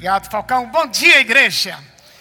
Obrigado, Falcão. Bom dia, igreja.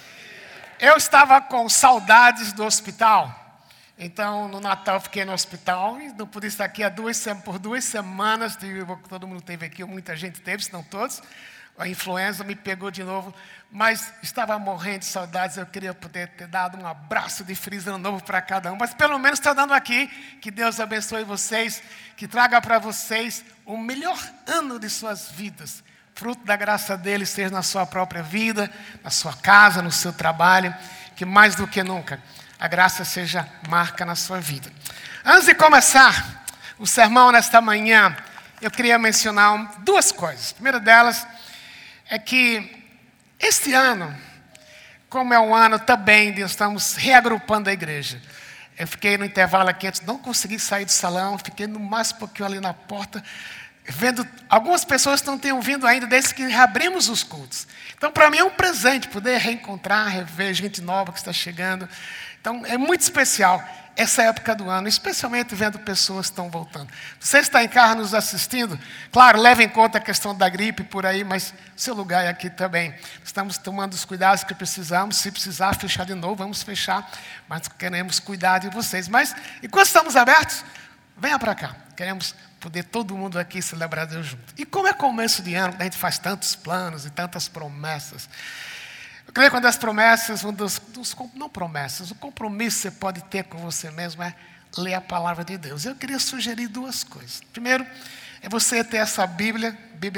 Eu estava com saudades do hospital. Então, no Natal, eu fiquei no hospital e não pude estar aqui por 2 semanas. Todo mundo teve aqui, muita gente teve, se não todos. A influenza me pegou de novo, mas estava morrendo de saudades. Eu queria poder ter dado um abraço de feliz ano novo para cada um, mas pelo menos está dando aqui. Que Deus abençoe vocês, que traga para vocês o melhor ano de suas vidas. Fruto da graça dele seja na sua própria vida, na sua casa, no seu trabalho, que mais do que nunca a graça seja marca na sua vida. Antes de começar o sermão nesta manhã, eu queria mencionar 2 coisas. A primeira delas é que este ano, como é um ano também de estamos reagrupando a igreja. Eu fiquei no intervalo aqui antes, não consegui sair do salão, fiquei no mais pouquinho ali na porta, vendo algumas pessoas que não tenham vindo ainda desde que reabrimos os cultos. Então, para mim é um presente poder reencontrar, rever gente nova que está chegando. Então, é muito especial essa época do ano, especialmente vendo pessoas que estão voltando. Você está em casa nos assistindo? Claro, leve em conta a questão da gripe por aí, mas seu lugar é aqui também. Estamos tomando os cuidados que precisamos. Se precisar fechar de novo, vamos fechar. Mas queremos cuidar de vocês. Mas, enquanto estamos abertos, venha para cá. Queremos poder todo mundo aqui celebrar Deus junto. E como é começo de ano, a gente faz tantos planos e tantas promessas. Eu creio que uma das promessas, não promessas, o compromisso que você pode ter com você mesmo é ler a palavra de Deus. Eu queria sugerir 2 coisas. Primeiro, é você ter essa Bíblia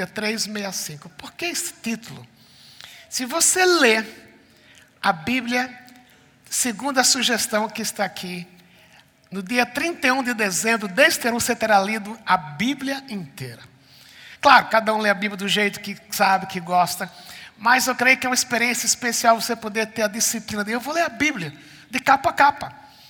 365. Por que esse título? Se você ler a Bíblia, segundo a sugestão que está aqui, no dia 31 de dezembro deste ano, você terá lido a Bíblia inteira. Claro, cada um lê a Bíblia do jeito que sabe, que gosta. Mas eu creio que é uma experiência especial você poder ter a disciplina de eu vou ler a Bíblia, de capa a capa.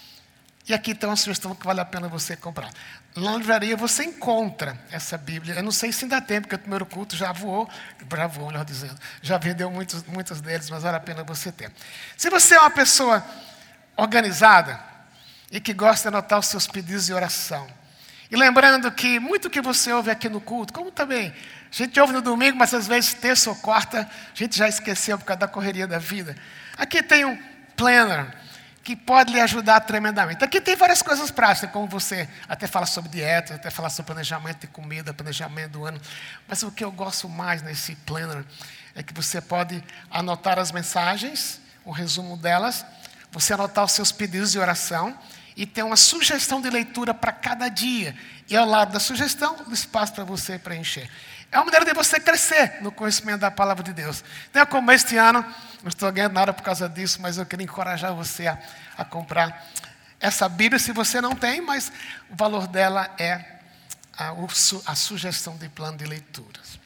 E aqui tem uma sugestão que vale a pena você comprar. Na livraria você encontra essa Bíblia. Eu não sei se ainda tem, porque o primeiro culto já voou, melhor dizendo. Já vendeu muitos deles, mas vale a pena você ter. Se você é uma pessoa organizada e que gosta de anotar os seus pedidos de oração, e lembrando que muito que você ouve aqui no culto, como também a gente ouve no domingo, mas às vezes terça ou quarta, a gente já esqueceu por causa da correria da vida. Aqui tem um planner que pode lhe ajudar tremendamente. Aqui tem várias coisas práticas, como você até fala sobre dieta, até fala sobre planejamento de comida, planejamento do ano. Mas o que eu gosto mais nesse planner é que você pode anotar as mensagens, um resumo delas, você anotar os seus pedidos de oração, e tem uma sugestão de leitura para cada dia. E ao lado da sugestão, o espaço para você preencher. É uma maneira de você crescer no conhecimento da palavra de Deus. Então, como este ano, não estou ganhando nada por causa disso, mas eu queria encorajar você a comprar essa Bíblia, se você não tem, mas o valor dela é a sugestão de plano de leituras.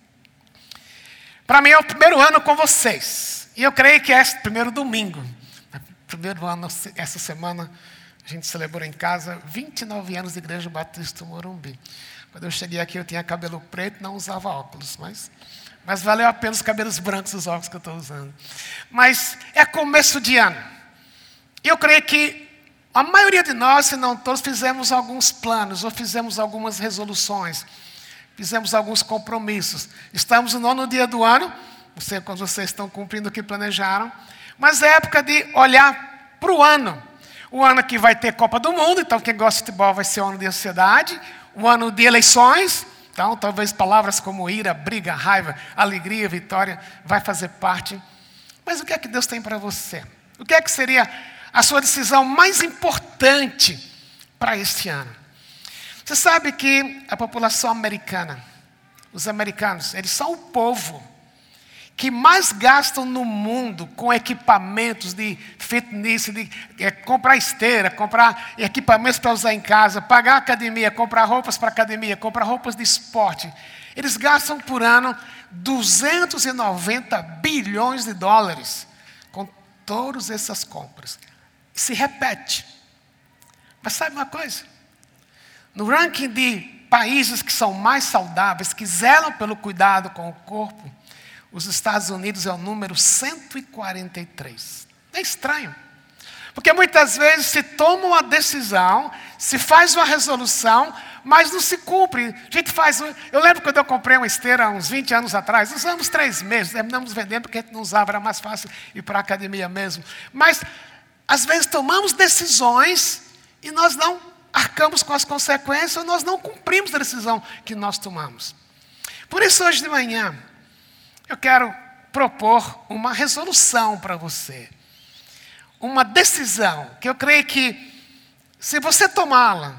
Para mim é o primeiro ano com vocês. E eu creio que é esse primeiro domingo. Primeiro ano, essa semana, a gente celebrou em casa 29 anos de Igreja Batista do Morumbi. Quando eu cheguei aqui, eu tinha cabelo preto, não usava óculos. Mas valeu a pena os cabelos brancos, os óculos que eu estou usando. Mas é começo de ano. E eu creio que a maioria de nós, se não todos, fizemos alguns planos, ou fizemos algumas resoluções, fizemos alguns compromissos. Estamos no 9º dia do ano, não sei quando vocês estão cumprindo o que planejaram, mas é época de olhar para o ano. O ano que vai ter Copa do Mundo, então quem gosta de futebol vai ser o ano de ansiedade. O ano de eleições, então talvez palavras como ira, briga, raiva, alegria, vitória, vai fazer parte. Mas o que é que Deus tem para você? O que é que seria a sua decisão mais importante para este ano? Você sabe que a população americana, os americanos, eles são o povo que mais gastam no mundo com equipamentos de fitness, de comprar esteira, comprar equipamentos para usar em casa, pagar academia, comprar roupas para academia, comprar roupas de esporte. Eles gastam por ano 290 bilhões de dólares com todas essas compras. Se repete. Mas sabe uma coisa? No ranking de países que são mais saudáveis, que zelam pelo cuidado com o corpo, os Estados Unidos é o número 143. É estranho. Porque muitas vezes se toma uma decisão, se faz uma resolução, mas não se cumpre. A gente faz. Eu lembro quando eu comprei uma esteira há uns 20 anos atrás, usamos 3 meses, terminamos vendendo porque a gente não usava, era mais fácil ir para a academia mesmo. Mas, às vezes, tomamos decisões e nós não arcamos com as consequências, ou nós não cumprimos a decisão que nós tomamos. Por isso, hoje de manhã, eu quero propor uma resolução para você. Uma decisão que eu creio que, se você tomá-la,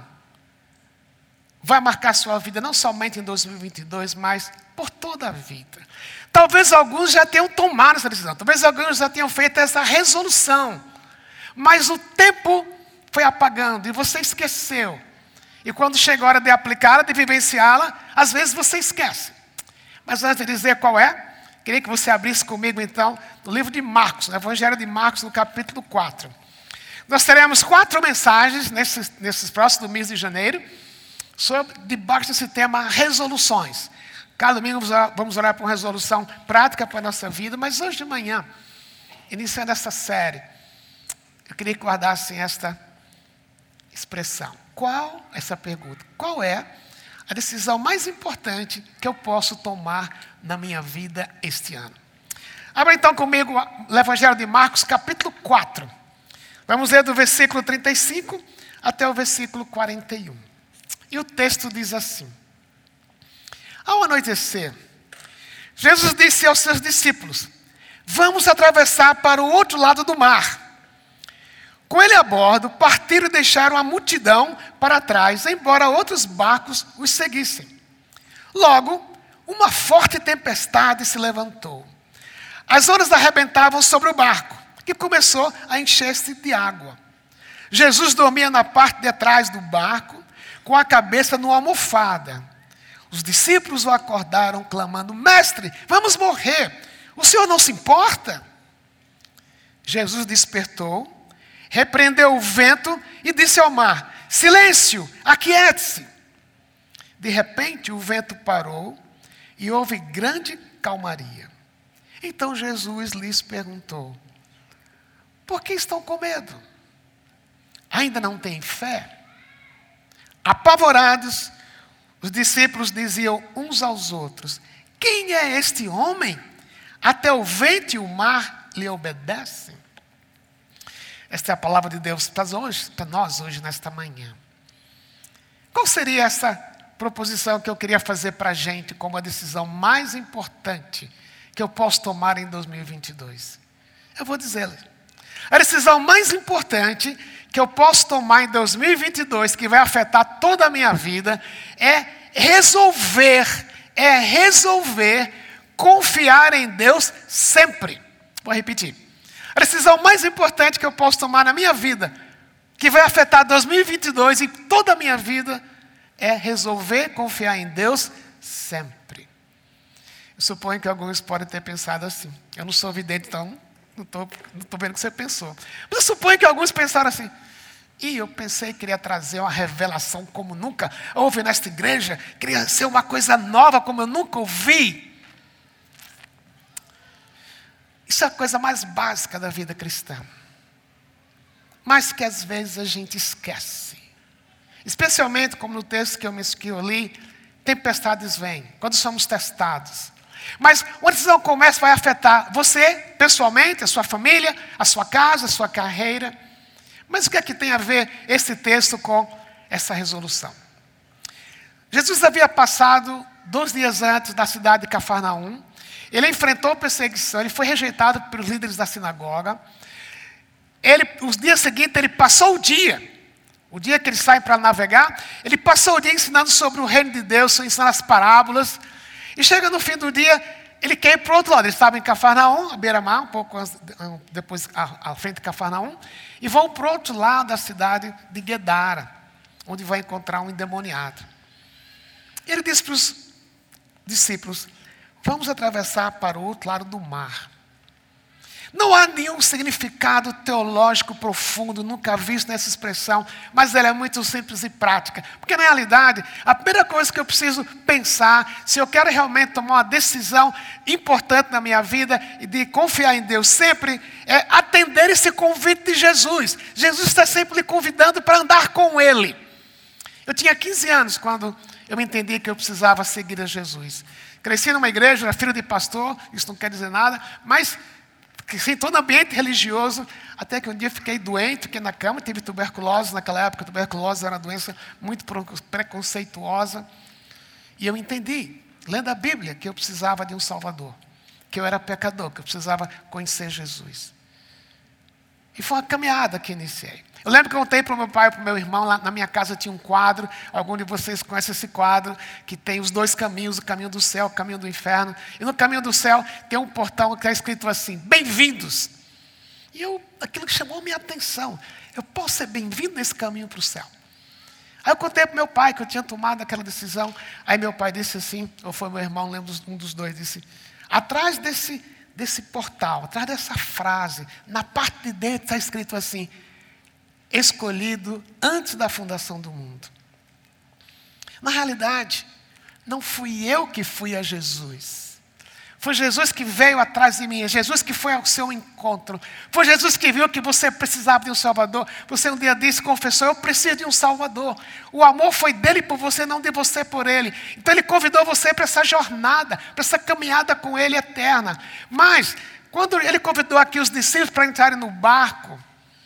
vai marcar sua vida não somente em 2022, mas por toda a vida. Talvez alguns já tenham tomado essa decisão, talvez alguns já tenham feito essa resolução, mas o tempo foi apagando e você esqueceu. E quando chega a hora de aplicá-la, de vivenciá-la, às vezes você esquece. Mas antes de dizer qual é, queria que você abrisse comigo então no livro de Marcos, no Evangelho de Marcos, no capítulo 4. Nós teremos 4 mensagens nesses próximos meses de janeiro, debaixo desse tema resoluções. Cada domingo vamos orar por uma resolução prática para a nossa vida, mas hoje de manhã, iniciando essa série, eu queria que guardassem esta expressão. Essa pergunta, qual é a decisão mais importante que eu posso tomar na minha vida este ano? Abra então comigo o Evangelho de Marcos, capítulo 4. Vamos ler do versículo 35 até o versículo 41. E o texto diz assim: Ao anoitecer, Jesus disse aos seus discípulos: Vamos atravessar para o outro lado do mar. Com ele a bordo, partiram e deixaram a multidão para trás, embora outros barcos os seguissem. Logo, uma forte tempestade se levantou. As ondas arrebentavam sobre o barco, que começou a encher-se de água. Jesus dormia na parte de trás do barco, com a cabeça numa almofada. Os discípulos o acordaram, clamando: Mestre, vamos morrer. O senhor não se importa? Jesus despertou, repreendeu o vento e disse ao mar: Silêncio, aquiete-se. De repente o vento parou e houve grande calmaria. Então Jesus lhes perguntou: Por que estão com medo? Ainda não têm fé? Apavorados, os discípulos diziam uns aos outros: Quem é este homem? Até o vento e o mar lhe obedecem. Esta é a palavra de Deus para nós hoje, nesta manhã. Qual seria essa proposição que eu queria fazer para a gente como a decisão mais importante que eu posso tomar em 2022? Eu vou dizer-lhe. A decisão mais importante que eu posso tomar em 2022, que vai afetar toda a minha vida, é resolver confiar em Deus sempre. Vou repetir. A decisão mais importante que eu posso tomar na minha vida, que vai afetar 2022 e toda a minha vida, é resolver confiar em Deus sempre. Eu suponho que alguns podem ter pensado assim. Eu não sou vidente, então não estou vendo o que você pensou. Mas eu suponho que alguns pensaram assim: eu pensei que queria trazer uma revelação como nunca houve nesta igreja, queria ser uma coisa nova como eu nunca ouvi. Isso é a coisa mais básica da vida cristã. Mas que às vezes a gente esquece. Especialmente como no texto que eu li, tempestades vêm, quando somos testados. Mas uma decisão como essa vai afetar você, pessoalmente, a sua família, a sua casa, a sua carreira. Mas o que é que tem a ver esse texto com essa resolução? Jesus havia passado 2 dias antes da cidade de Cafarnaum. Ele enfrentou perseguição, ele foi rejeitado pelos líderes da sinagoga. Os dias seguintes, ele passou o dia que ele sai para navegar, ele passou o dia ensinando sobre o reino de Deus, ensinando as parábolas. E chega no fim do dia, ele quer ir para o outro lado. Ele estava em Cafarnaum, à beira-mar, um pouco depois à frente de Cafarnaum, e vão para o outro lado da cidade de Guedara, onde vai encontrar um endemoniado. Ele disse para os discípulos: Vamos atravessar para o outro lado do mar. Não há nenhum significado teológico profundo, nunca visto nessa expressão, mas ela é muito simples e prática. Porque, na realidade, a primeira coisa que eu preciso pensar, se eu quero realmente tomar uma decisão importante na minha vida e de confiar em Deus sempre, é atender esse convite de Jesus. Jesus está sempre lhe convidando para andar com Ele. Eu tinha 15 anos quando eu entendi que eu precisava seguir a Jesus. Cresci numa igreja, era filho de pastor, isso não quer dizer nada, mas cresci em todo ambiente religioso, até que um dia fiquei doente, fiquei na cama, tive tuberculose naquela época. Tuberculose era uma doença muito preconceituosa. E eu entendi, lendo a Bíblia, que eu precisava de um Salvador, que eu era pecador, que eu precisava conhecer Jesus. E foi uma caminhada que iniciei. Eu lembro que eu contei para o meu pai e para o meu irmão, lá na minha casa tinha um quadro, algum de vocês conhece esse quadro, que tem os dois caminhos, o caminho do céu, o caminho do inferno. E no caminho do céu tem um portão que está escrito assim, bem-vindos. E aquilo que chamou a minha atenção, eu posso ser bem-vindo nesse caminho para o céu. Aí eu contei para o meu pai que eu tinha tomado aquela decisão. Aí meu pai disse assim, ou foi meu irmão, lembro um dos dois, disse, atrás desse portal, atrás dessa frase, na parte de dentro está escrito assim, escolhido antes da fundação do mundo. Na realidade, não fui eu que fui a Jesus. Foi Jesus que veio atrás de mim. É Jesus que foi ao seu encontro. Foi Jesus que viu que você precisava de um Salvador. Você um dia disse, confessou, eu preciso de um Salvador. O amor foi dele por você, não de você por ele. Então ele convidou você para essa jornada, para essa caminhada com ele eterna. Mas, quando ele convidou aqui os discípulos para entrarem no barco,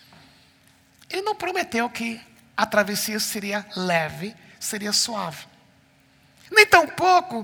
ele não prometeu que a travessia seria leve, seria suave. Nem tampouco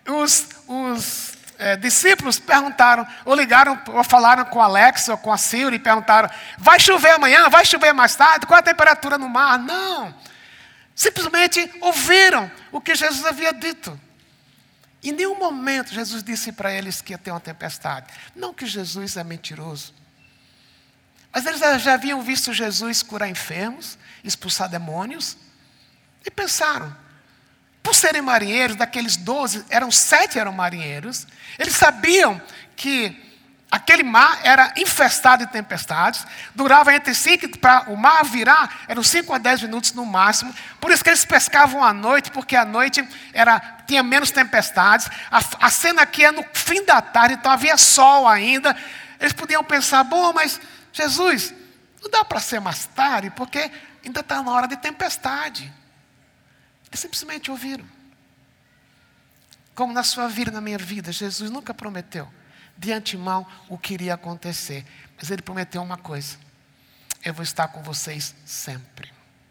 os discípulos perguntaram, ou ligaram, ou falaram com Alex, ou com a Silvia, e perguntaram, vai chover amanhã, vai chover mais tarde, qual a temperatura no mar? Não. Simplesmente ouviram o que Jesus havia dito. Em nenhum momento Jesus disse para eles que ia ter uma tempestade. Não que Jesus é mentiroso. Mas eles já haviam visto Jesus curar enfermos, expulsar demônios, e pensaram, por serem marinheiros, daqueles 12, 7 eram marinheiros, eles sabiam que aquele mar era infestado de tempestades, durava entre 5, para o mar virar, eram 5 a 10 minutos no máximo, por isso que eles pescavam à noite, porque à noite tinha menos tempestades, a cena aqui é no fim da tarde, então havia sol ainda, eles podiam pensar, bom, mas Jesus, não dá para ser mais tarde, porque ainda está na hora de tempestade. Eles simplesmente ouviram. Como na sua vida, na minha vida, Jesus nunca prometeu de antemão o que iria acontecer. Mas ele prometeu uma coisa. Eu vou estar com vocês sempre.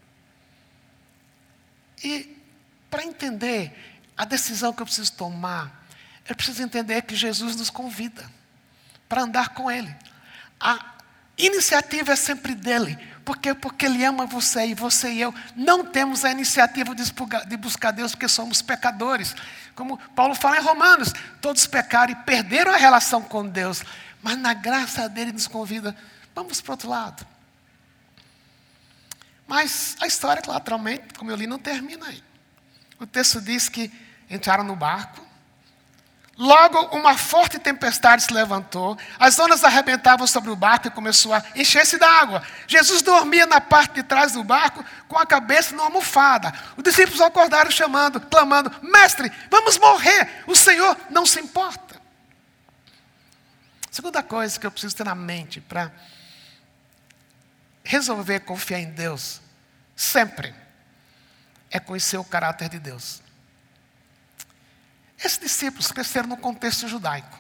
E para entender a decisão que eu preciso tomar, eu preciso entender que Jesus nos convida para andar com ele. A iniciativa é sempre dele. Por quê? Porque ele ama você e eu não temos a iniciativa de buscar Deus porque somos pecadores. Como Paulo fala em Romanos, todos pecaram e perderam a relação com Deus. Mas na graça dele nos convida, vamos para o outro lado. Mas a história, naturalmente, como eu li, não termina aí. O texto diz que entraram no barco. Logo, uma forte tempestade se levantou, as ondas arrebentavam sobre o barco e começou a encher-se d'água. Jesus dormia na parte de trás do barco, com a cabeça numa almofada. Os discípulos acordaram clamando, mestre, vamos morrer, o Senhor não se importa. Segunda coisa que eu preciso ter na mente para resolver confiar em Deus, sempre, é conhecer o caráter de Deus. Esses discípulos cresceram num contexto judaico.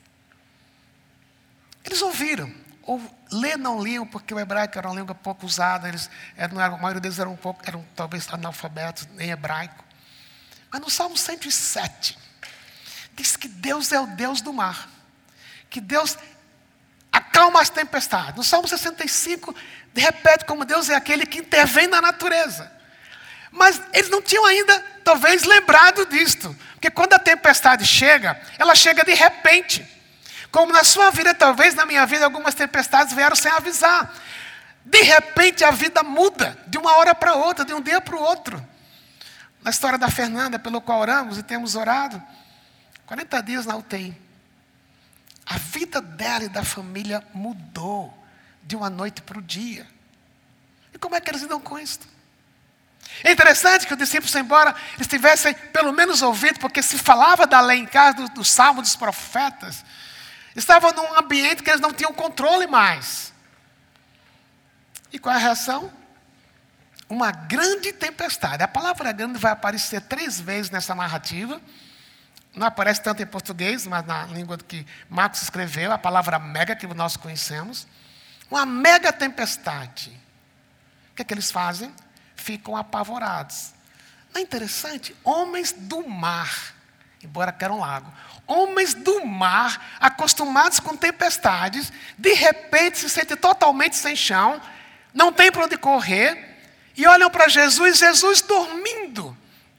Eles ouviram, ou ler não liam, porque o hebraico era uma língua pouco usada, a maioria deles eram talvez analfabetos em hebraico. Mas no Salmo 107, diz que Deus é o Deus do mar, que Deus acalma as tempestades. No Salmo 65, repete como Deus é aquele que intervém na natureza. Mas eles não tinham ainda, talvez, lembrado disto. Porque quando a tempestade chega, ela chega de repente. Como na sua vida, talvez na minha vida, algumas tempestades vieram sem avisar. De repente a vida muda, de uma hora para outra, de um dia para o outro. Na história da Fernanda, pelo qual oramos e temos orado, 40 dias na UTI. A vida dela e da família mudou de uma noite para o dia. E como é que eles lidam com isso? É interessante que os discípulos, embora eles tivessem pelo menos ouvido, porque se falava da lei em casa, do salmo dos profetas, estavam num ambiente que eles não tinham controle mais. E qual é a reação? uma grande tempestade. A palavra grande vai aparecer 3 vezes nessa narrativa. Não aparece tanto em português, mas na língua que Marcos escreveu, a palavra mega, que nós conhecemos. Uma mega tempestade. O que eles fazem? Ficam apavorados. Não é interessante? Homens do mar, embora queiram um lago, homens do mar, acostumados com tempestades, de repente se sentem totalmente sem chão, não tem para onde correr, e olham para Jesus, Jesus dormindo.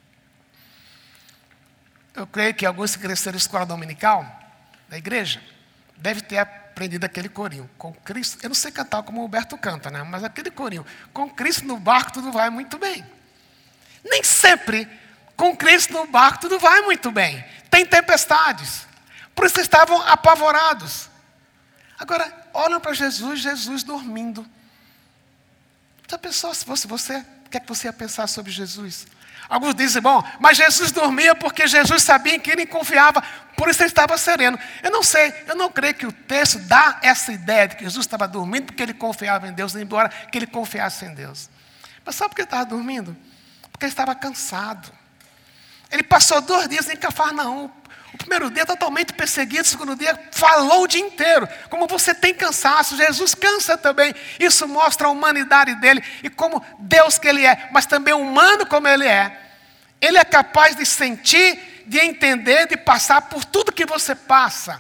Eu creio que alguns que cresceram em escola dominical, da igreja, devem ter aprendido aquele corinho. Com Cristo, eu não sei cantar como o Roberto canta, né? Mas aquele corinho, com Cristo no barco tudo vai muito bem. Nem sempre com Cristo no barco tudo vai muito bem. Tem tempestades. Por isso estavam apavorados. Agora, olham para Jesus, Jesus dormindo. Já pensou se fosse você? O que é que você ia pensar sobre Jesus? Alguns dizem, bom, mas Jesus dormia porque Jesus sabia em quem ele confiava, por isso ele estava sereno. Eu não sei, eu não creio que o texto dá essa ideia de que Jesus estava dormindo porque ele confiava em Deus, embora que ele confiasse em Deus. Mas sabe por que ele estava dormindo? Porque ele estava cansado. Ele passou 2 dias em Cafarnaum. O primeiro dia totalmente perseguido, o segundo dia falou o dia inteiro. Como você tem cansaço, Jesus cansa também. Isso mostra a humanidade dele e como Deus que ele é, mas também humano como ele é. Ele é capaz de sentir, de entender, de passar por tudo que você passa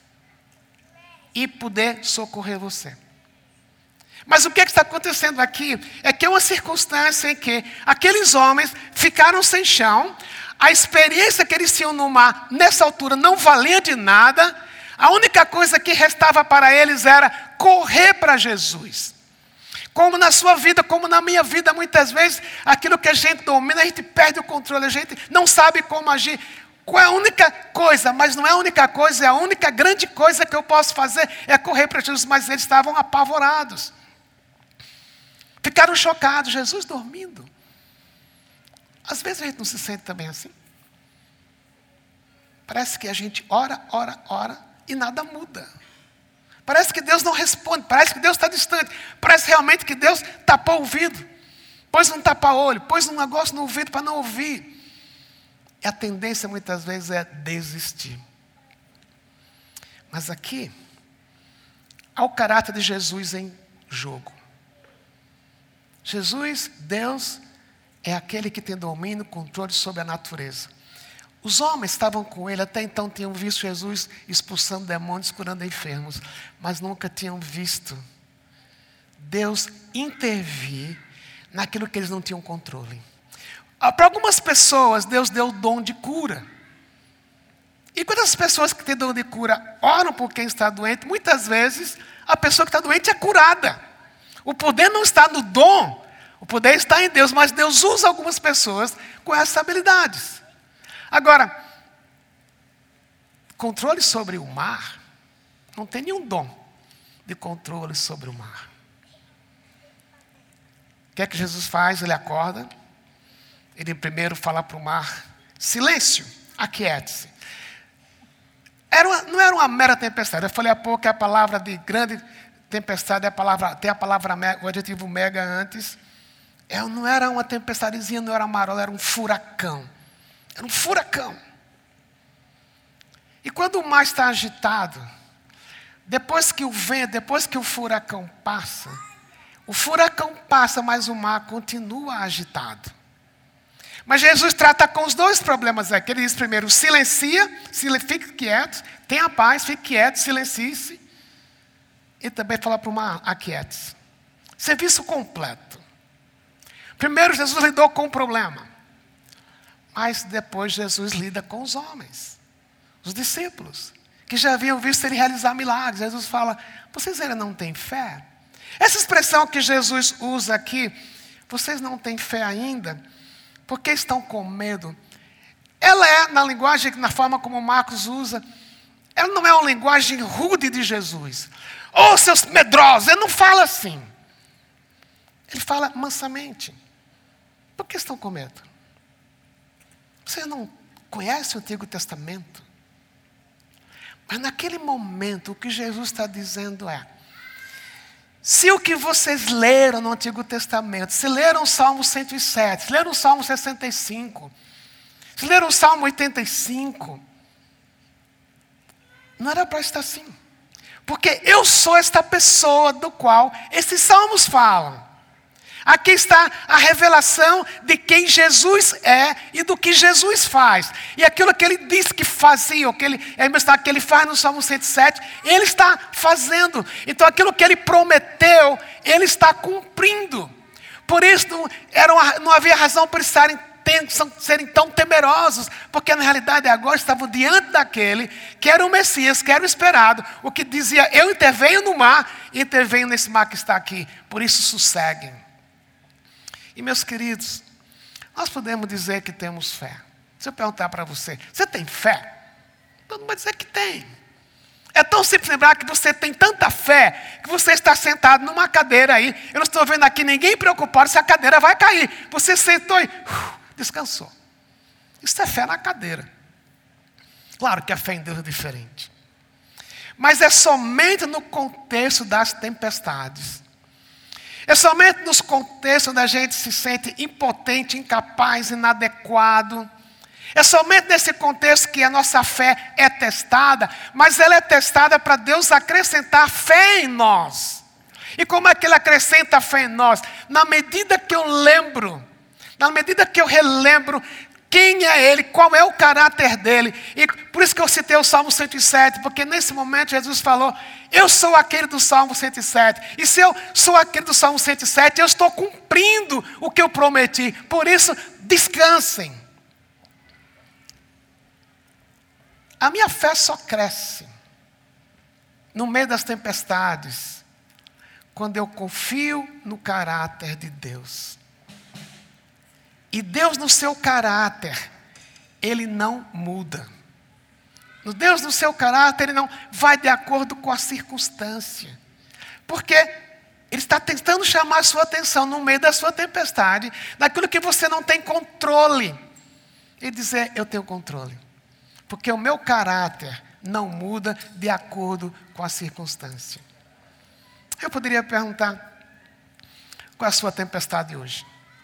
e poder socorrer você. Mas o que está acontecendo aqui é que é uma circunstância em que aqueles homens ficaram sem chão. A experiência que eles tinham no mar, nessa altura, não valia de nada. A única coisa que restava para eles era correr para Jesus. Como na sua vida, como na minha vida, muitas vezes, aquilo que a gente domina, a gente perde o controle, a gente não sabe como agir. Qual é a única coisa, mas não é a única coisa, é a única grande coisa que eu posso fazer, é correr para Jesus. Mas eles estavam apavorados. Ficaram chocados, Jesus dormindo. Às vezes a gente não se sente também assim. Parece que a gente ora e nada muda. Parece que Deus não responde, parece que Deus está distante. Parece realmente que Deus tapou o ouvido. Pôs um tapa-olho, pôs um negócio no ouvido para não ouvir. E a tendência muitas vezes é desistir. Mas aqui, há o caráter de Jesus em jogo. Jesus, Deus, é aquele que tem domínio, controle sobre a natureza. Os homens estavam com ele, até então tinham visto Jesus expulsando demônios, curando enfermos, mas nunca tinham visto Deus intervir naquilo que eles não tinham controle. Para algumas pessoas, Deus deu o dom de cura. E quando as pessoas que têm dom de cura oram por quem está doente, muitas vezes a pessoa que está doente é curada. O poder não está no dom, o poder está em Deus, mas Deus usa algumas pessoas com essas habilidades. Agora, controle sobre o mar, não tem nenhum dom de controle sobre o mar. O que é que Jesus faz? Ele acorda, ele primeiro fala para o mar, silêncio, aquiete-se. Não era uma mera tempestade, eu falei há pouco que a palavra de grande tempestade, tem a palavra mega, o adjetivo mega antes. Não era uma tempestadezinha, não era marola, era um furacão. Era um furacão. E quando o mar está agitado, depois que o furacão passa, mas o mar continua agitado. Mas Jesus trata com os 2 problemas aqui. Ele diz primeiro, fique quieto, tenha paz, fique quieto, silencie-se. E também fala para o mar, aquiete-se. Serviço completo. Primeiro Jesus lidou com o problema. Mas depois Jesus lida com os homens. Os discípulos. Que já haviam visto ele realizar milagres. Jesus fala, vocês ainda não têm fé? Essa expressão que Jesus usa aqui, vocês não têm fé ainda? Porque estão com medo. Ela é, na linguagem, na forma como Marcos usa, ela não é uma linguagem rude de Jesus. Ô, seus medrosos, ele não fala assim. Ele fala mansamente. Por que estão com medo? Você não conhece o Antigo Testamento? Mas naquele momento, o que Jesus está dizendo é, Se o que vocês leram no Antigo Testamento, se leram o Salmo 107, se leram o Salmo 65, se leram o Salmo 85, não era para estar assim. Porque eu sou esta pessoa do qual esses salmos falam. Aqui está a revelação de quem Jesus é e do que Jesus faz. E aquilo que ele disse que fazia, que ele faz no Salmo 107, ele está fazendo. Então aquilo que ele prometeu, ele está cumprindo. Por isso não havia razão para serem tão temerosos, porque na realidade agora estavam diante daquele que era o Messias, que era o esperado, o que dizia: eu intervenho no mar, e intervenho nesse mar que está aqui, por isso sosseguem. E meus queridos, nós podemos dizer que temos fé. Se eu perguntar para você, você tem fé? Todo mundo vai dizer que tem. É tão simples lembrar que você tem tanta fé, que você está sentado numa cadeira aí, eu não estou vendo aqui ninguém preocupado se a cadeira vai cair. Você sentou e descansou. Isso é fé na cadeira. Claro que a fé em Deus é diferente. Mas é somente no contexto das tempestades. É somente nos contextos onde a gente se sente impotente, incapaz, inadequado. É somente nesse contexto que a nossa fé é testada, mas ela é testada para Deus acrescentar fé em nós. E como é que Ele acrescenta a fé em nós? Na medida que eu lembro, na medida que eu relembro quem é Ele, qual é o caráter dEle. E por isso que eu citei o Salmo 107, porque nesse momento Jesus falou: eu sou aquele do Salmo 107. E se eu sou aquele do Salmo 107, eu estou cumprindo o que eu prometi. Por isso, descansem. A minha fé só cresce no meio das tempestades, quando eu confio no caráter de Deus. E Deus, no seu caráter, Ele não muda. Deus, no seu caráter, Ele não vai de acordo com a circunstância. Porque Ele está tentando chamar a sua atenção no meio da sua tempestade, daquilo que você não tem controle. E dizer: eu tenho controle. Porque o meu caráter não muda de acordo com a circunstância. Eu poderia perguntar: qual é a sua tempestade hoje?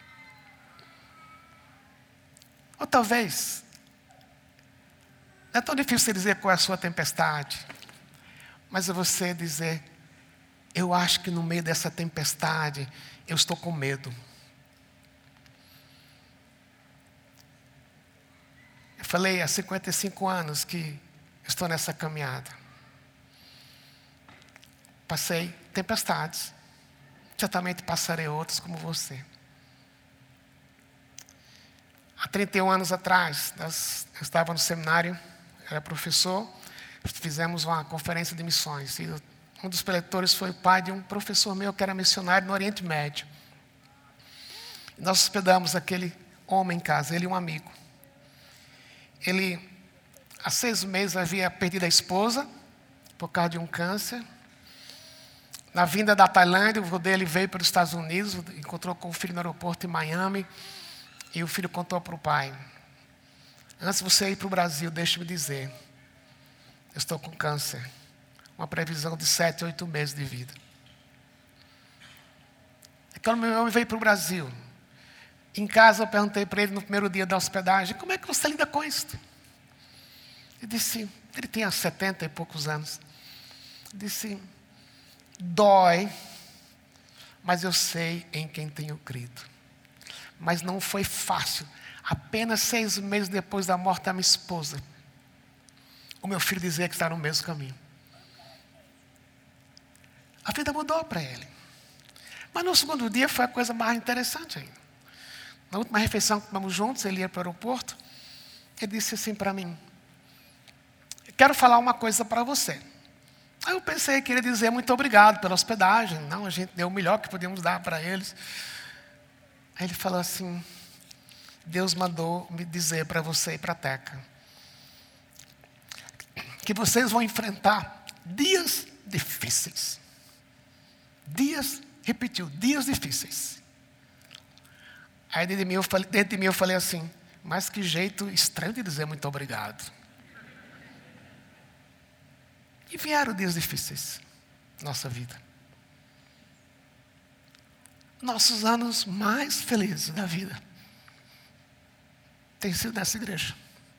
Ou talvez, não é tão difícil dizer qual é a sua tempestade, mas é você dizer: eu acho que no meio dessa tempestade eu estou com medo. Eu falei há 55 anos que estou nessa caminhada. Passei tempestades, certamente passarei outras como você. Há 31 anos atrás, eu estava no seminário, era professor, fizemos uma conferência de missões. E um dos preletores foi o pai de um professor meu que era missionário no Oriente Médio. E nós hospedamos aquele homem em casa, ele e um amigo. Ele, há 6 meses, havia perdido a esposa por causa de um câncer. Na vinda da Tailândia, o avô dele veio para os Estados Unidos, encontrou com o filho no aeroporto em Miami. E o filho contou para o pai: antes de você ir para o Brasil, deixe-me dizer, eu estou com câncer. Uma previsão de 7, 8 meses de vida. Quando meu homem veio para o Brasil, em casa eu perguntei para ele no primeiro dia da hospedagem: como é que você lida com isso? Ele disse, ele tinha 70 e poucos anos. Ele disse: dói, mas eu sei em quem tenho crido. Mas não foi fácil. Apenas 6 meses depois da morte da minha esposa, o meu filho dizia que está no mesmo caminho. A vida mudou para ele. Mas no segundo dia foi a coisa mais interessante ainda. Na última refeição que tomamos juntos, ele ia para o aeroporto. Ele disse assim para mim: quero falar uma coisa para você. Aí eu pensei que ele ia dizer muito obrigado pela hospedagem. Não, a gente deu o melhor que podíamos dar para eles. Aí ele falou assim: Deus mandou me dizer para você e para a Teca que vocês vão enfrentar dias difíceis. Repetiu, dias difíceis. Aí dentro de mim eu falei assim: mas que jeito estranho de dizer muito obrigado. E vieram dias difíceis na nossa vida. nossos anos mais felizes da vida tem sido nessa igreja.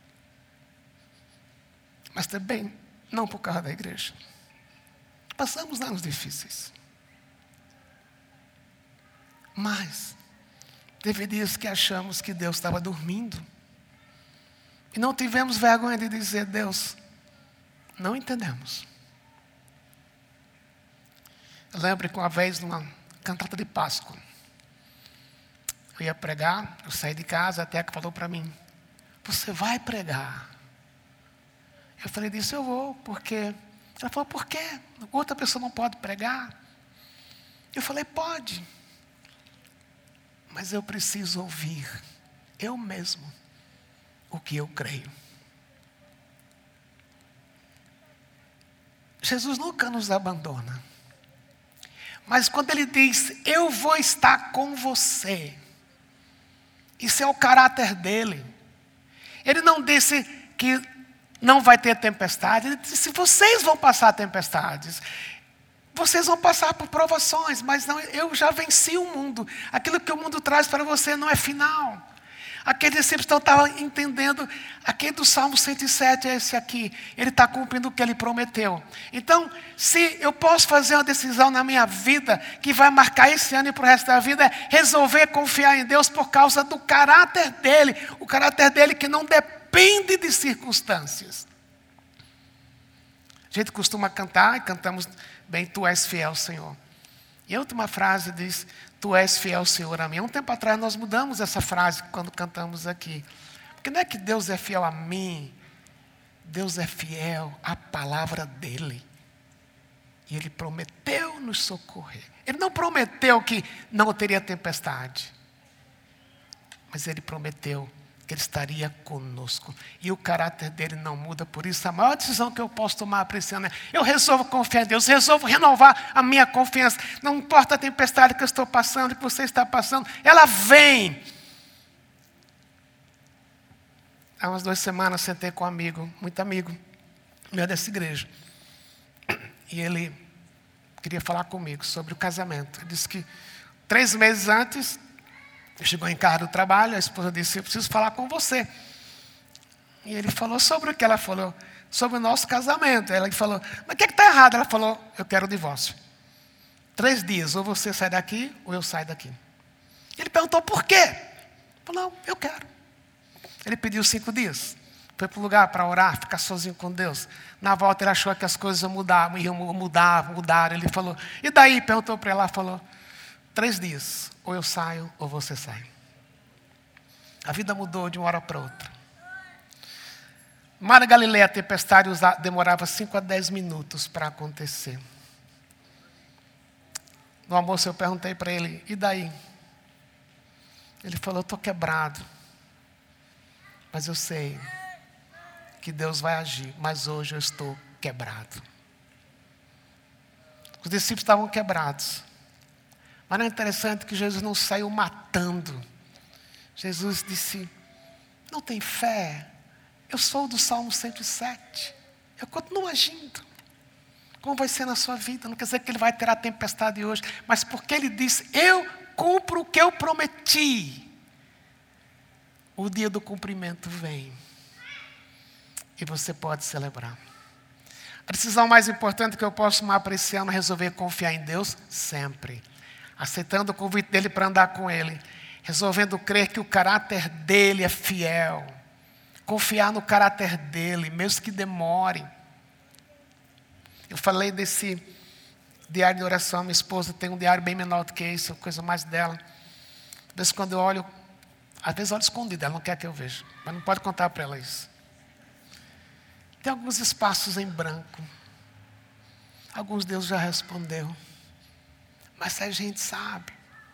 Mas também não por causa da igreja. Passamos anos difíceis. Mas teve dias que achamos que Deus estava dormindo. E não tivemos vergonha de dizer: Deus, não entendemos. Eu lembro que uma vez, numa cantata de Páscoa, eu ia pregar, eu saí de casa, a Teca falou para mim: você vai pregar? Eu falei: disse, eu vou, porque... Ela falou: por quê? Outra pessoa não pode pregar? Eu falei: pode. Mas eu preciso ouvir, eu mesmo, o que eu creio. Jesus nunca nos abandona. Mas quando Ele diz: eu vou estar com você, isso é o caráter dEle. Ele não disse que não vai ter tempestade. Ele disse: vocês vão passar tempestades. Vocês vão passar por provações, mas não, eu já venci o mundo. Aquilo que o mundo traz para você não é final. Aqueles discípulos não estavam entendendo. Aquele do Salmo 107 é esse aqui. Ele está cumprindo o que ele prometeu. Então, se eu posso fazer uma decisão na minha vida que vai marcar esse ano e para o resto da vida, é resolver confiar em Deus por causa do caráter dele. O caráter dele que não depende de circunstâncias. A gente costuma cantar, e cantamos bem: tu és fiel, Senhor. E a última frase diz: tu és fiel, Senhor, a mim. Há um tempo atrás nós mudamos essa frase quando cantamos aqui. Porque não é que Deus é fiel a mim. Deus é fiel à palavra dEle. E Ele prometeu nos socorrer. Ele não prometeu que não teria tempestade. Mas Ele prometeu que Ele estaria conosco. E o caráter dele não muda. Por isso, a maior decisão que eu posso tomar para esse ano é: eu resolvo confiar em Deus, resolvo renovar a minha confiança. Não importa a tempestade que eu estou passando, que você está passando, ela vem. Há umas 2 semanas, sentei com um amigo, muito amigo, meu dessa igreja. E ele queria falar comigo sobre o casamento. Ele disse que 3 meses antes, chegou em casa do trabalho, a esposa disse: eu preciso falar com você. E ele falou sobre o que? Ela falou: sobre o nosso casamento. Ela falou: mas o que está errado? Ela falou: eu quero o divórcio. 3 dias, ou você sai daqui, ou eu saio daqui. Ele perguntou: por quê? Ele falou: não, eu quero. Ele pediu 5 dias. Foi para o lugar para orar, ficar sozinho com Deus. Na volta ele achou que as coisas iam mudar. Ele falou: e daí? Perguntou para ela, falou: 3 dias, ou eu saio, ou você sai. A vida mudou de uma hora para outra. Mar da Galileia, a tempestade demorava 5 a 10 minutos para acontecer. No almoço eu perguntei para ele: e daí? Ele falou: estou quebrado. Mas eu sei que Deus vai agir, mas hoje eu estou quebrado. Os discípulos estavam quebrados. Mas não é interessante que Jesus não saiu matando. Jesus disse: não tem fé? Eu sou do Salmo 107. Eu continuo agindo. Como vai ser na sua vida? Não quer dizer que ele vai ter a tempestade hoje, mas porque ele disse: eu cumpro o que eu prometi. O dia do cumprimento vem. E você pode celebrar. A decisão mais importante que eu posso tomar para esse ano é resolver confiar em Deus sempre. Aceitando o convite dele para andar com ele. Resolvendo crer que o caráter dele é fiel. Confiar no caráter dele, mesmo que demore. Eu falei desse diário de oração. Minha esposa tem um diário bem menor do que isso, coisa mais dela. Às vezes quando eu olho, às vezes olho escondido, ela não quer que eu veja. Mas não pode contar para ela isso. Tem alguns espaços em branco. Alguns Deus já respondeu. Mas a gente sabe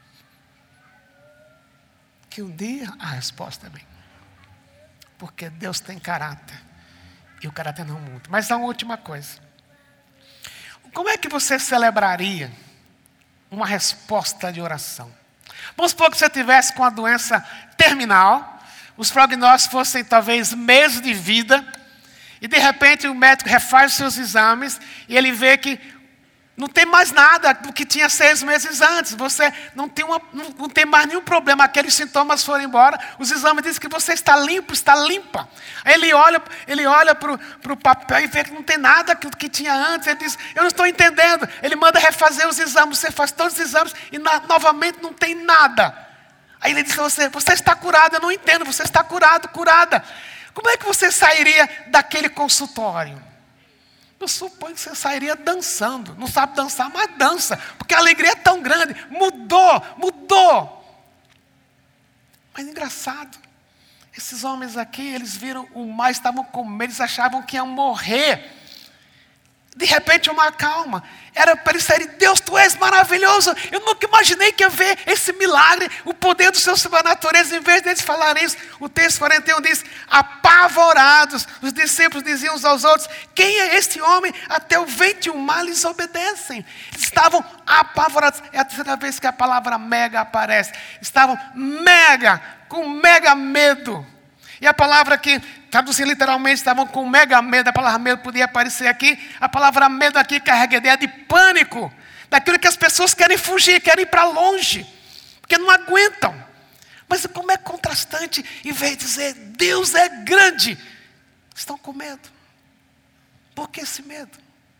que um dia a resposta vem. Porque Deus tem caráter. E o caráter não muda. Mas há uma última coisa. Como é que você celebraria uma resposta de oração? Vamos supor que você estivesse com a doença terminal. Os prognósticos fossem talvez meses de vida. E de repente o médico refaz os seus exames. E ele vê que Não tem mais nada do que tinha 6 meses antes. Você não tem mais nenhum problema. Aqueles sintomas foram embora. Os exames dizem que você está limpo, está limpa. Aí ele olha para o papel e vê que não tem nada do que tinha antes. Ele diz, eu não estou entendendo. Ele manda refazer os exames. Você faz todos os exames e novamente não tem nada. Aí ele diz para você está curado. Eu não entendo, você está curado, curada. Como é que você sairia daquele consultório? Eu suponho que você sairia dançando. Não sabe dançar, mas dança. Porque a alegria é tão grande. Mudou. Mas engraçado. Esses homens aqui, eles viram o mar, estavam com medo, eles achavam que iam morrer. De repente uma calma. Era para eles saírem, Deus, Tu és maravilhoso. Eu nunca imaginei que ia ver esse milagre, o poder do Seu sobrenatureza. Em vez deles falarem isso, o texto 41 diz, apavorados, os discípulos diziam uns aos outros, quem é este homem? Até o vento e o mar lhes obedecem. Eles estavam apavorados. É a terceira vez que a palavra mega aparece. Estavam com mega medo. E a palavra que traduzir literalmente, estavam com mega medo. A palavra medo podia aparecer aqui. A palavra medo aqui carrega a ideia de pânico. Daquilo que as pessoas querem fugir, querem ir para longe. Porque não aguentam. Mas como é contrastante, em vez de dizer, Deus é grande, estão com medo. Por que esse medo?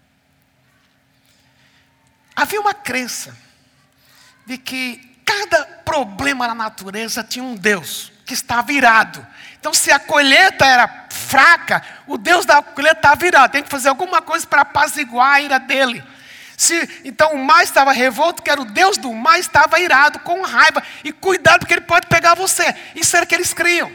Havia uma crença de que cada problema na natureza tinha um Deus que estava irado. Então, se a colheita era fraca, o Deus da colheita estava virado. Tem que fazer alguma coisa para apaziguar a ira dele. Então, o mar estava revolto, que era o Deus do mar, estava irado, com raiva. E cuidado, porque ele pode pegar você. Isso era o que eles criam.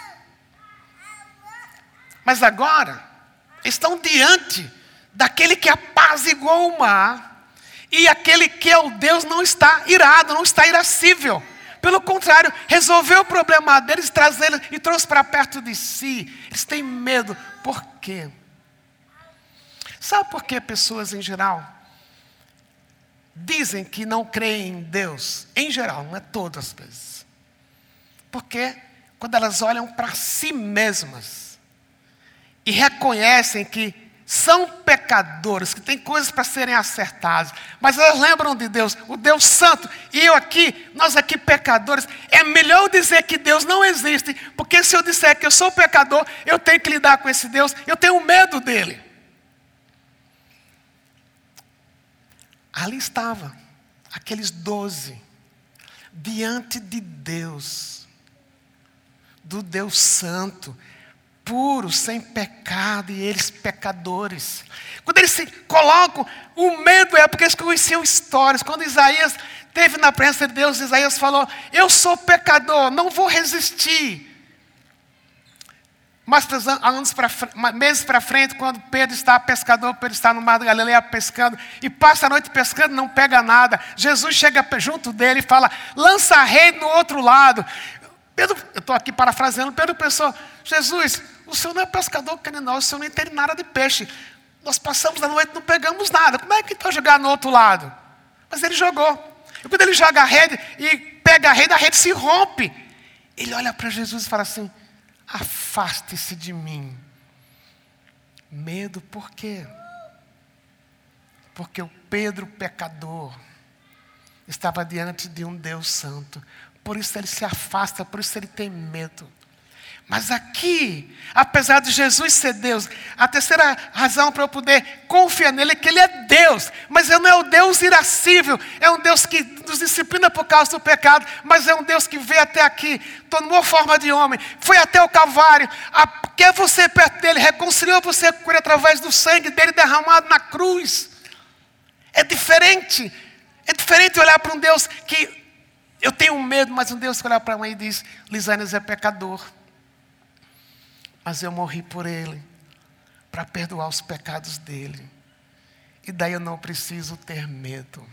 Mas agora, estão diante daquele que apaziguou o mar. E aquele que é o Deus não está irado, não está irascível. Pelo contrário, resolveu o problema deles, trazê-los e trouxe para perto de si. Eles têm medo. Por quê? Sabe por que pessoas em geral dizem que não creem em Deus? Em geral, não é todas as vezes. Porque quando elas olham para si mesmas e reconhecem que são pecadores, que têm coisas para serem acertadas, mas elas lembram de Deus, o Deus Santo, e nós aqui pecadores, é melhor eu dizer que Deus não existe, porque se eu disser que eu sou pecador, eu tenho que lidar com esse Deus, eu tenho medo dele. Ali estava, aqueles 12, diante de Deus, do Deus Santo, puro, sem pecado, e eles pecadores. Quando eles se colocam, o medo é porque eles conheciam histórias. Quando Isaías esteve na presença de Deus, Isaías falou, eu sou pecador, não vou resistir. Mas meses para frente, quando Pedro está pescador, Pedro está no mar da Galileia pescando, e passa a noite pescando, não pega nada. Jesus chega junto dele e fala, lança a rede no outro lado. Pedro, eu estou aqui parafraseando, Pedro pensou, Jesus, o senhor não é pescador criminoso, o senhor não entende nada de peixe. Nós passamos a noite e não pegamos nada. Como é que então jogar no outro lado? Mas ele jogou. E quando ele joga a rede e pega a rede se rompe. Ele olha para Jesus e fala assim, afaste-se de mim. Medo por quê? Porque o Pedro pecador estava diante de um Deus santo. Por isso ele se afasta, por isso ele tem medo. Mas aqui, apesar de Jesus ser Deus, a terceira razão para eu poder confiar nele é que ele é Deus. Mas ele não é o Deus irascível, é um Deus que nos disciplina por causa do pecado, mas é um Deus que veio até aqui, tomou forma de homem, foi até o Calvário, quer você perto dele, reconciliou você com ele através do sangue dele derramado na cruz. É diferente olhar para um Deus que eu tenho medo, mas um Deus que olha para mim e diz, Lisânias é pecador. Mas eu morri por ele, para perdoar os pecados dele. E daí eu não preciso ter medo.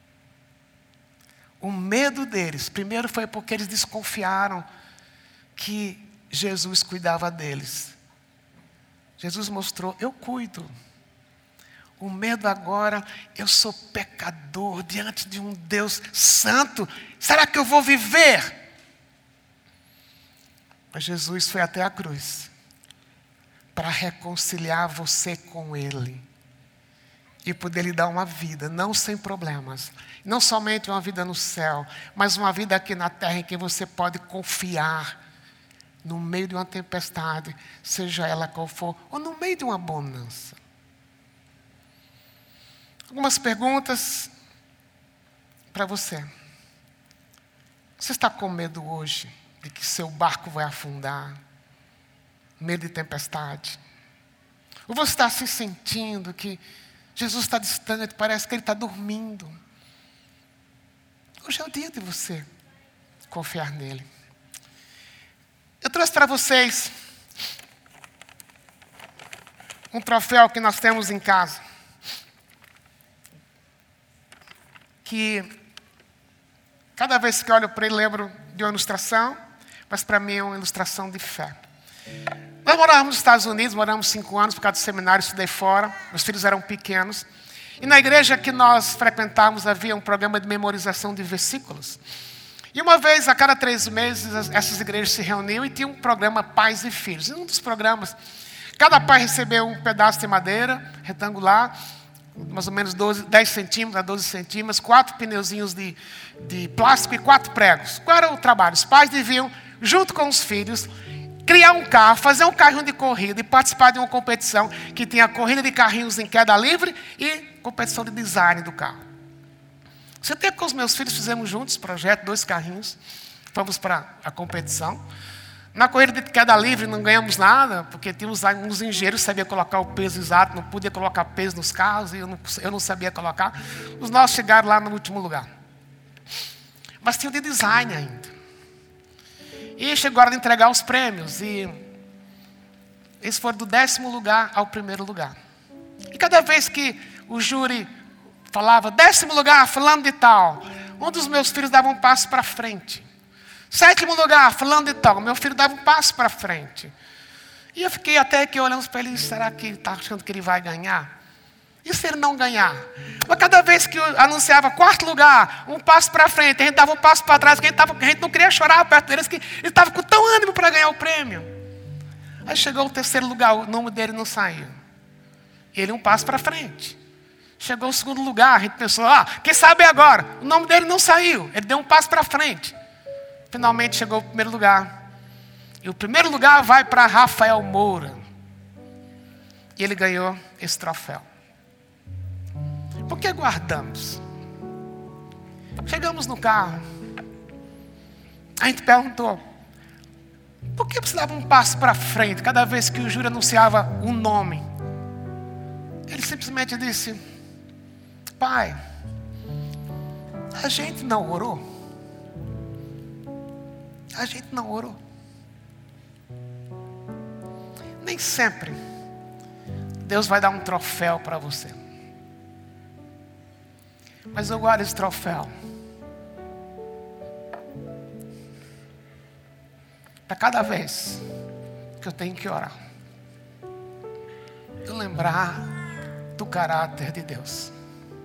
O medo deles, primeiro foi porque eles desconfiaram que Jesus cuidava deles. Jesus mostrou, eu cuido. O medo agora, eu sou pecador diante de um Deus santo. Será que eu vou viver? Mas Jesus foi até a cruz para reconciliar você com Ele. e poder lhe dar uma vida, não sem problemas. Não somente uma vida no céu, mas uma vida aqui na terra em que você pode confiar no meio de uma tempestade, seja ela qual for, ou no meio de uma bonança. Algumas perguntas para você. Você está com medo hoje de que seu barco vai afundar? Medo de tempestade? Ou você está se sentindo que Jesus está distante, parece que Ele está dormindo? Hoje é o dia de você confiar nele. Eu trouxe para vocês um troféu que nós temos em casa. Que cada vez que olho para ele lembro de uma ilustração, mas para mim é uma ilustração de fé. Nós morávamos nos Estados Unidos, moramos 5 anos por causa do seminário, estudei fora, meus filhos eram pequenos. E na igreja que nós frequentávamos havia um programa de memorização de versículos. E uma vez a cada 3 meses essas igrejas se reuniam e tinha um programa Pais e Filhos. E num dos programas, cada pai recebeu um pedaço de madeira retangular, mais ou menos 10 centímetros a 12 centímetros, 4 pneuzinhos de plástico e 4 pregos. Qual era o trabalho? Os pais deviam, junto com os filhos, criar um carro, fazer um carrinho de corrida e participar de uma competição que tinha corrida de carrinhos em queda livre e competição de design do carro. Esse tempo com os meus filhos fizemos juntos projeto, 2 carrinhos, fomos para a competição. Na corrida de queda livre não ganhamos nada, porque tínhamos uns engenheiros que sabiam colocar o peso exato, não podia colocar peso nos carros, e eu não sabia colocar. Os nossos chegaram lá no último lugar. Mas tinha o de design ainda. E chegou a hora de entregar os prêmios, e eles foram do 10º lugar ao 1º lugar. E cada vez que o júri falava, 10º lugar, fulano de tal, um dos meus filhos dava um passo para frente. 7º lugar, fulano de tal, meu filho dava um passo para frente. E eu fiquei até aqui olhando para ele, será que ele está achando que ele vai ganhar? E se ele não ganhar? Mas cada vez que eu anunciava 4º lugar, um passo para frente, a gente dava um passo para trás, a gente não queria chorar perto deles, que ele estava com tão ânimo para ganhar o prêmio. Aí chegou o 3º lugar, o nome dele não saiu. Ele um passo para frente. Chegou o 2º lugar, a gente pensou, quem sabe agora? O nome dele não saiu, ele deu um passo para frente. Finalmente chegou o 1º lugar. E o 1º lugar vai para Rafael Moura. E ele ganhou esse troféu. Por que guardamos? Chegamos no carro. A gente perguntou, por que você dava um passo para frente cada vez que o júri anunciava um nome? Ele simplesmente disse, pai, a gente não orou. A gente não orou. Nem sempre Deus vai dar um troféu para você. Mas eu guardo esse troféu para cada vez que eu tenho que orar, eu lembrar do caráter de Deus.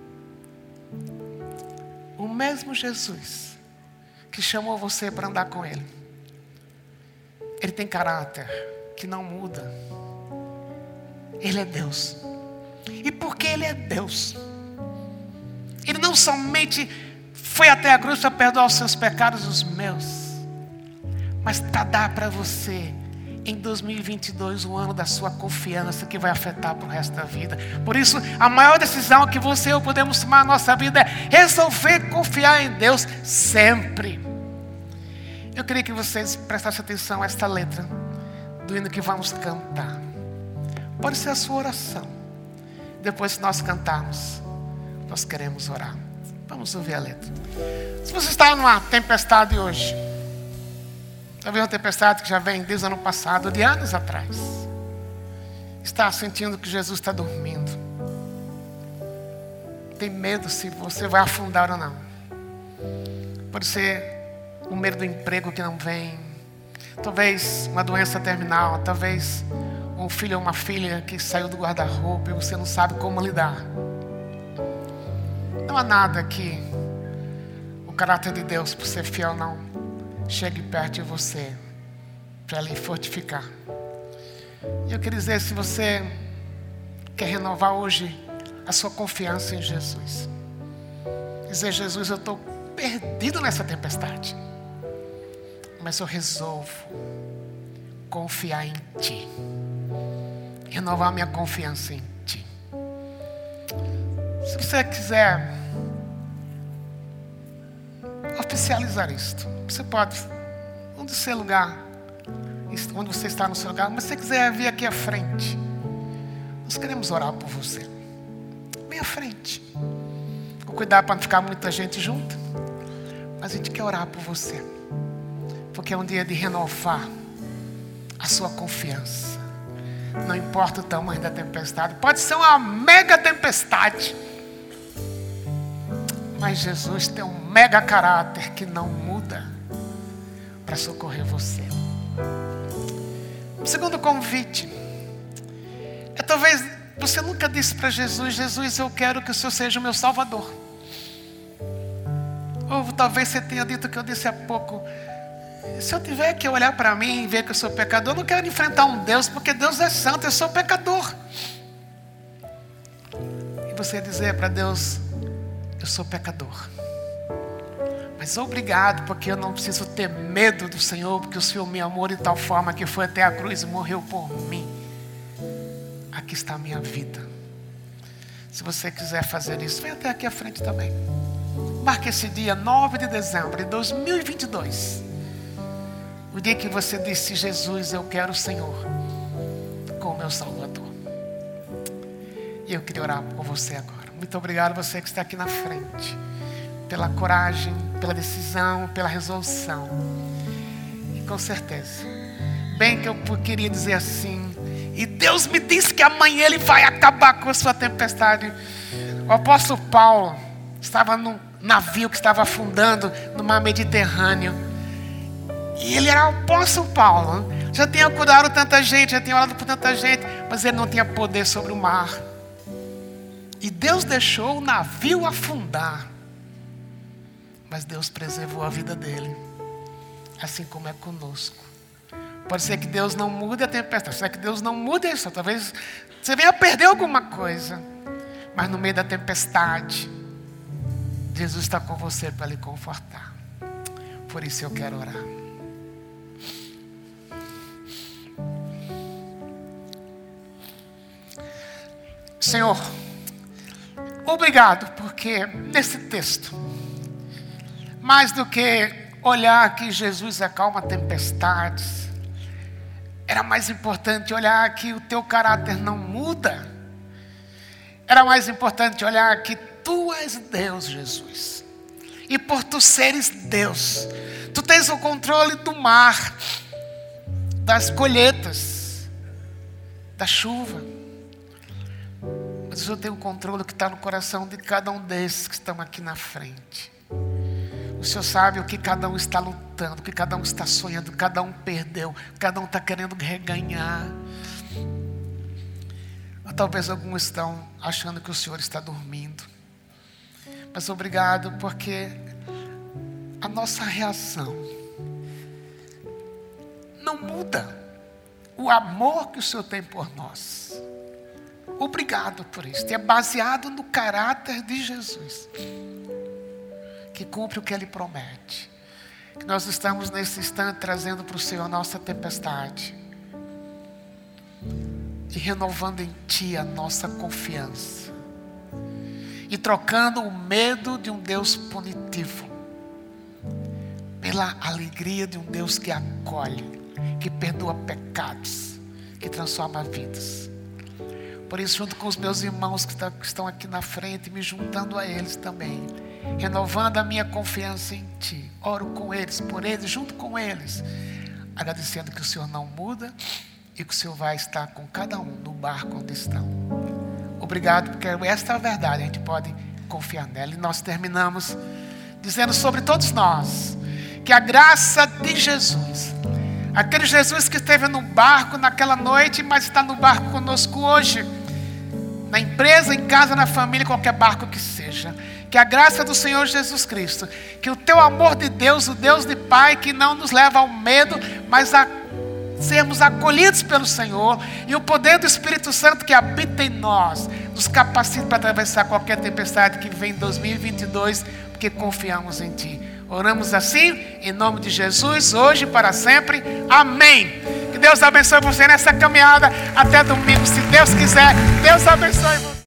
O mesmo Jesus que chamou você para andar com Ele, Ele tem caráter que não muda. Ele é Deus. E porque Ele é Deus, Ele não somente foi até a cruz para perdoar os seus pecados e os meus, mas para dar para você em 2022 o ano da sua confiança que vai afetar para o resto da vida. Por isso, a maior decisão que você e eu podemos tomar na nossa vida é resolver confiar em Deus sempre. Eu queria que vocês prestassem atenção a esta letra do hino que vamos cantar. Pode ser a sua oração. Depois que nós cantarmos, nós queremos orar. Vamos ouvir a letra. Se você está numa tempestade hoje, talvez uma tempestade que já vem desde o ano passado, de anos atrás, está sentindo que Jesus está dormindo, tem medo se você vai afundar ou não. Pode ser o medo do emprego que não vem, talvez uma doença terminal, talvez um filho ou uma filha que saiu do guarda-roupa e você não sabe como lidar. Não há nada que o caráter de Deus, por ser fiel, não chegue perto de você para lhe fortificar. E eu queria dizer, se você quer renovar hoje a sua confiança em Jesus. Dizer: Jesus, eu estou perdido nessa tempestade, mas eu resolvo confiar em Ti, renovar minha confiança em Ti. Se você quiser oficializar isto, você pode, onde você está no seu lugar, mas se você quiser vir aqui à frente, nós queremos orar por você. Bem à frente. Com cuidado para não ficar muita gente junto, mas a gente quer orar por você, porque é um dia de renovar a sua confiança. Não importa o tamanho da tempestade, pode ser uma mega tempestade, mas Jesus tem um mega caráter que não muda para socorrer você. O segundo convite é: talvez você nunca disse para Jesus: Jesus, eu quero que o Senhor seja o meu Salvador. Ou talvez você tenha dito o que eu disse há pouco: se eu tiver que olhar para mim e ver que eu sou pecador, eu não quero enfrentar um Deus, porque Deus é santo, eu sou pecador. E você dizer para Deus: eu sou pecador, mas obrigado, porque eu não preciso ter medo do Senhor, porque o Senhor me amou de tal forma que foi até a cruz e morreu por mim. Aqui está a minha vida. Se você quiser fazer isso, vem até aqui à frente também. Marque esse dia 9 de dezembro de 2022. O dia que você disse: Jesus, eu quero o Senhor como meu Salvador. E eu queria orar por você agora. Muito obrigado você que está aqui na frente, pela coragem, pela decisão, pela resolução. E com certeza, bem que eu queria dizer assim: e Deus me disse que amanhã Ele vai acabar com a sua tempestade. O apóstolo Paulo estava num navio que estava afundando no mar Mediterrâneo. E ele era o apóstolo Paulo. Já tinha curado tanta gente, já tinha orado por tanta gente, mas ele não tinha poder sobre o mar. E Deus deixou o navio afundar, mas Deus preservou a vida dele. Assim como é conosco. Pode ser que Deus não mude a tempestade, pode ser que Deus não mude isso. Talvez você venha perder alguma coisa, mas no meio da tempestade, Jesus está com você para lhe confortar. Por isso eu quero orar. Senhor, obrigado, porque nesse texto, mais do que olhar que Jesus acalma tempestades, era mais importante olhar que o teu caráter não muda. Era mais importante olhar que tu és Deus, Jesus. E por tu seres Deus, tu tens o controle do mar, das colheitas, da chuva. Mas o Senhor tem o controle que está no coração de cada um desses que estão aqui na frente. O Senhor sabe o que cada um está lutando, o que cada um está sonhando, cada um perdeu, cada um está querendo reganhar. Ou talvez alguns estão achando que o Senhor está dormindo. Mas obrigado, porque a nossa reação não muda o amor que o Senhor tem por nós. Obrigado por isso. É baseado no caráter de Jesus, que cumpre o que Ele promete. Que nós estamos nesse instante trazendo para o Senhor a nossa tempestade e renovando em Ti a nossa confiança e trocando o medo de um Deus punitivo pela alegria de um Deus que acolhe, que perdoa pecados, que transforma vidas. Por isso, junto com os meus irmãos que estão aqui na frente, me juntando a eles também, renovando a minha confiança em Ti, oro com eles, por eles, junto com eles, agradecendo que o Senhor não muda e que o Senhor vai estar com cada um no barco onde estão. Obrigado, porque esta é a verdade, a gente pode confiar nela. E nós terminamos dizendo sobre todos nós que a graça de Jesus, aquele Jesus que esteve no barco naquela noite, mas está no barco conosco hoje, na empresa, em casa, na família, qualquer barco que seja, que a graça do Senhor Jesus Cristo, que o teu amor de Deus, o Deus de Pai, que não nos leva ao medo, mas a sermos acolhidos pelo Senhor e o poder do Espírito Santo que habita em nós nos capacita para atravessar qualquer tempestade que vem em 2022, porque confiamos em Ti. Oramos assim, em nome de Jesus, hoje e para sempre. Amém. Que Deus abençoe você nessa caminhada até domingo, se Deus quiser. Deus abençoe você.